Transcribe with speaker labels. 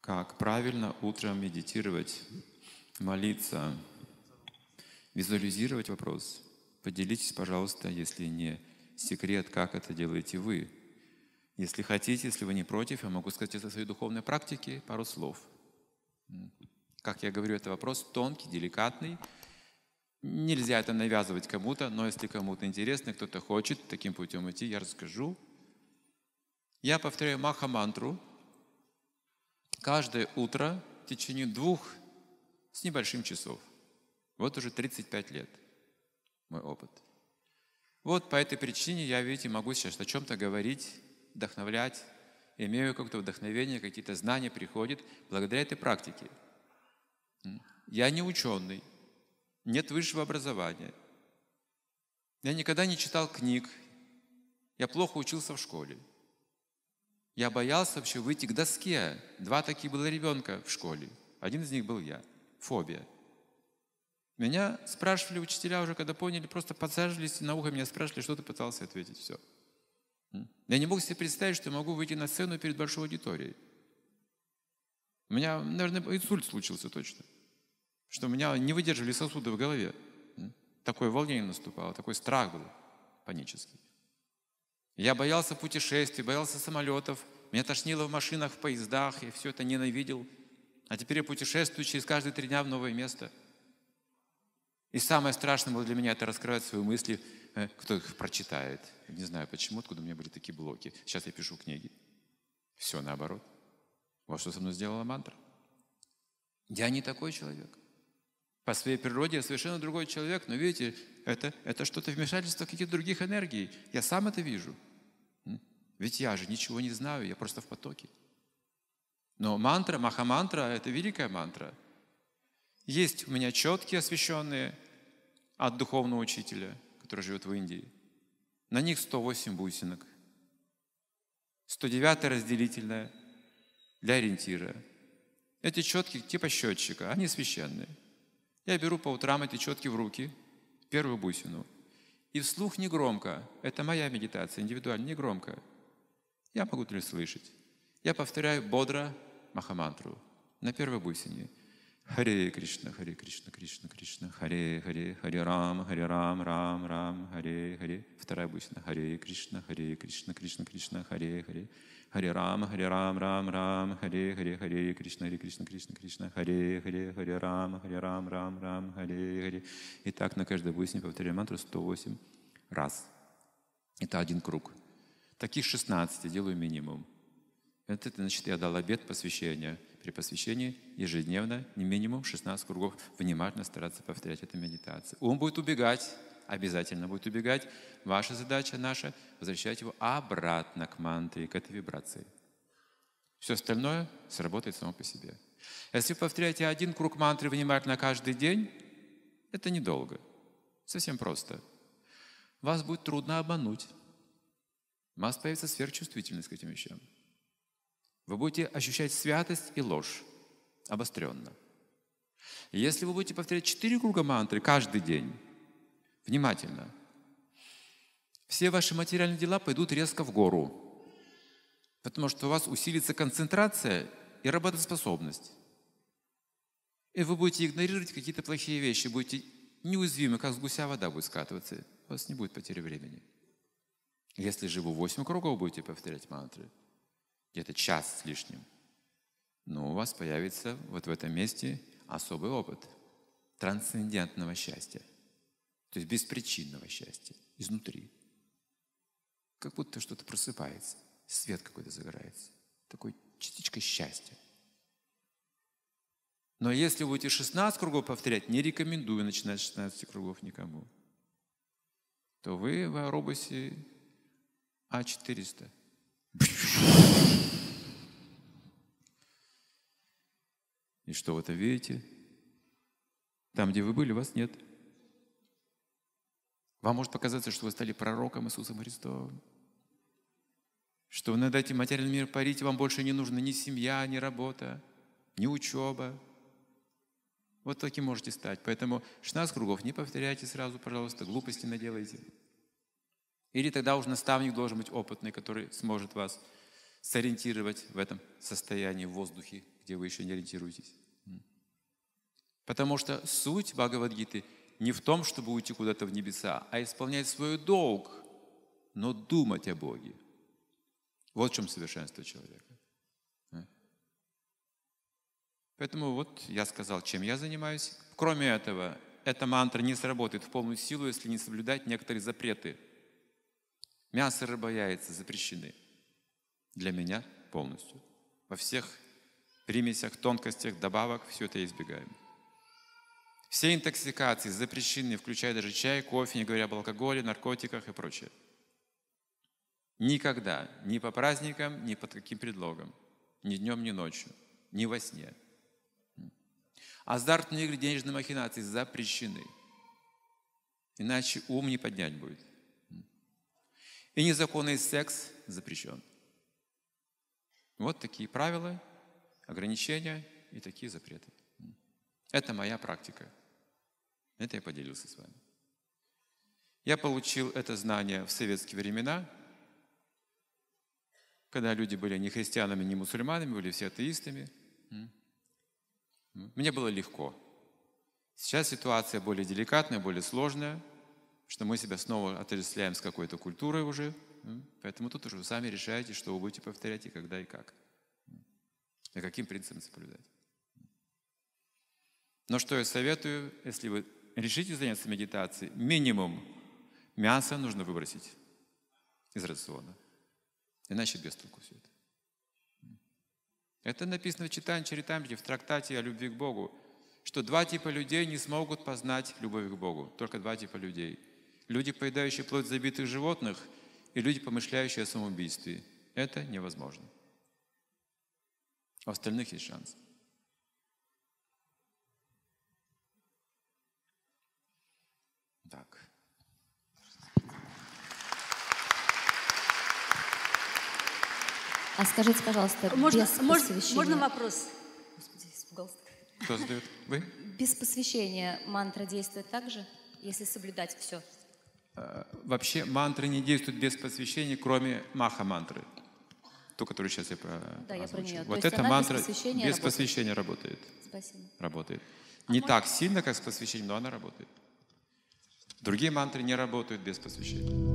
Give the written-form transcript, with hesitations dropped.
Speaker 1: Как правильно утром медитировать, молиться, визуализировать вопрос? Поделитесь, пожалуйста, если не секрет, как это делаете вы. Если хотите, если вы не против, я могу сказать о своей духовной практике пару слов. Как я говорю, это вопрос тонкий, деликатный. Нельзя это навязывать кому-то, но если кому-то интересно, кто-то хочет таким путем идти, я расскажу. Я повторяю маха-мантру каждое утро в течение 2 с небольшим часов. Вот уже 35 лет мой опыт. Вот по этой причине я, видите, могу сейчас о чем-то говорить, вдохновлять, имею какое-то вдохновение, какие-то знания приходят благодаря этой практике. Я не ученый, нет высшего образования. Я никогда не читал книг, я плохо учился в школе. Я боялся вообще выйти к доске. 2 таких было ребенка в школе. Один из них был я. Фобия. Меня спрашивали учителя уже, когда поняли, просто подсаживались на ухо, меня спрашивали, что ты пытался ответить. Все. Я не мог себе представить, что я могу выйти на сцену перед большой аудиторией. У меня, наверное, инсульт случился точно. Что у меня не выдерживали сосуды в голове. Такое волнение наступало, такой страх был панический. Я боялся путешествий, боялся самолетов. Меня тошнило в машинах, в поездах. Я все это ненавидел. А теперь я путешествую через каждые 3 дня в новое место. И самое страшное было для меня — это раскрывать свои мысли. Кто их прочитает? Не знаю почему, откуда у меня были такие блоки. Сейчас я пишу книги. Все наоборот. Вот что со мной сделала мантра. Я не такой человек. По своей природе я совершенно другой человек. Но видите, это что-то вмешательство каких-то других энергий. Я сам это вижу. Ведь я же ничего не знаю, я просто в потоке. Но мантра, маха-мантра — это великая мантра. Есть у меня четкие освященные от духовного учителя, который живет в Индии. На них 108 бусинок. 109 разделительная для ориентира. Эти четки типа счетчика, они священные. Я беру по утрам эти четки в руки, первую бусину, и вслух негромко, это моя медитация, индивидуально, негромко. Я могу только слышать. Я повторяю бодро махамантру на первой бусине. Харе Кришна, Харе Кришна, Кришна Кришна, Харе Харе, Харе Рам, Рам Рам, Харе Харе. Вторая бусина. Харе Кришна, Кришна Кришна, Харе Харе. Харе Рам, Рам, Харе Харе, Харе Кришна, Кришна Кришна, Харе Харе, Харе Рам, Рам, Харе Харе. И так на каждой бусине повторяю мантру 108 раз. Это один круг. Таких 16 я делаю минимум. Это значит, я дал обет посвящения. При посвящении ежедневно, не минимум 16 кругов, внимательно стараться повторять эту медитацию. Ум будет убегать, обязательно будет убегать. Ваша задача наша — возвращать его обратно к мантре, к этой вибрации. Все остальное сработает само по себе. Если вы повторяете один круг мантры внимательно каждый день, это недолго. Совсем просто. Вас будет трудно обмануть. У вас появится сверхчувствительность к этим вещам. Вы будете ощущать святость и ложь обостренно. И если вы будете повторять 4 круга мантры каждый день, внимательно, все ваши материальные дела пойдут резко в гору, потому что у вас усилится концентрация и работоспособность. И вы будете игнорировать какие-то плохие вещи, будете неуязвимы, как с гуся вода будет скатываться. У вас не будет потери времени. Если же вы 8 кругов будете повторять мантры, где-то час с лишним, но у вас появится вот в этом месте особый опыт трансцендентного счастья, то есть беспричинного счастья изнутри. Как будто что-то просыпается, свет какой-то загорается, такой частичка счастья. Но если вы будете 16 кругов повторять, не рекомендую начинать с 16 кругов никому, то вы в аэробусе А400. И что вы это видите? Там, где вы были, вас нет. Вам может показаться, что вы стали пророком Иисусом Христовым. Что вы над этим материальным миром парите, вам больше не нужна ни семья, ни работа, ни учеба. Вот таким можете стать. Поэтому 16 кругов не повторяйте сразу, пожалуйста, глупости наделайте. Или тогда уже наставник должен быть опытный, который сможет вас сориентировать в этом состоянии, в воздухе, где вы еще не ориентируетесь. Потому что суть Бхагавад-гиты не в том, чтобы уйти куда-то в небеса, а исполнять свой долг, но думать о Боге. Вот в чем совершенство человека. Поэтому вот я сказал, чем я занимаюсь. Кроме этого, эта мантра не сработает в полную силу, если не соблюдать некоторые запреты. Мясо, рыба, яйца запрещены. Для меня полностью. Во всех примесях, тонкостях, добавок все это избегаем. Все интоксикации запрещены, включая даже чай, кофе, не говоря об алкоголе, наркотиках и прочее. Никогда, ни по праздникам, ни под каким предлогом, ни днем, ни ночью, ни во сне. Азартные игры, денежные махинации запрещены. Иначе ум не поднять будет. И незаконный секс запрещен. Вот такие правила, ограничения и такие запреты. Это моя практика. Это я поделился с вами. Я получил это знание в советские времена, когда люди были не христианами, не мусульманами, были все атеистами. Мне было легко. Сейчас ситуация более деликатная, более сложная, что мы себя снова отождествляем с какой-то культурой уже. Поэтому тут уже вы сами решаете, что вы будете повторять и когда и как. И каким принципом соблюдать. Но что я советую, если вы решите заняться медитацией, минимум мясо нужно выбросить из рациона. Иначе без толку все это. Это написано в Чайтанья Чаритамрите, в трактате о любви к Богу, что два типа людей не смогут познать любовь к Богу. Только два типа людей. Люди, поедающие плоть забитых животных, и люди, помышляющие о самоубийстве. Это невозможно. У остальных есть шанс. Так.
Speaker 2: А скажите, пожалуйста,
Speaker 3: можно
Speaker 2: посвящения...
Speaker 3: вопрос?
Speaker 2: Господи, испугался.
Speaker 1: Кто задает? Вы?
Speaker 2: Без посвящения мантра действует так же, если соблюдать все?
Speaker 1: Вообще мантры не действуют без посвящения, кроме маха-мантры. Ту, которую сейчас я
Speaker 2: Да, я про нее.
Speaker 1: Вот
Speaker 2: То есть
Speaker 1: эта
Speaker 2: она
Speaker 1: мантра
Speaker 2: без посвящения
Speaker 1: работает.
Speaker 2: Спасибо.
Speaker 1: Работает. Не так сильно, как с посвящением, но она работает. Другие мантры не работают без посвящения.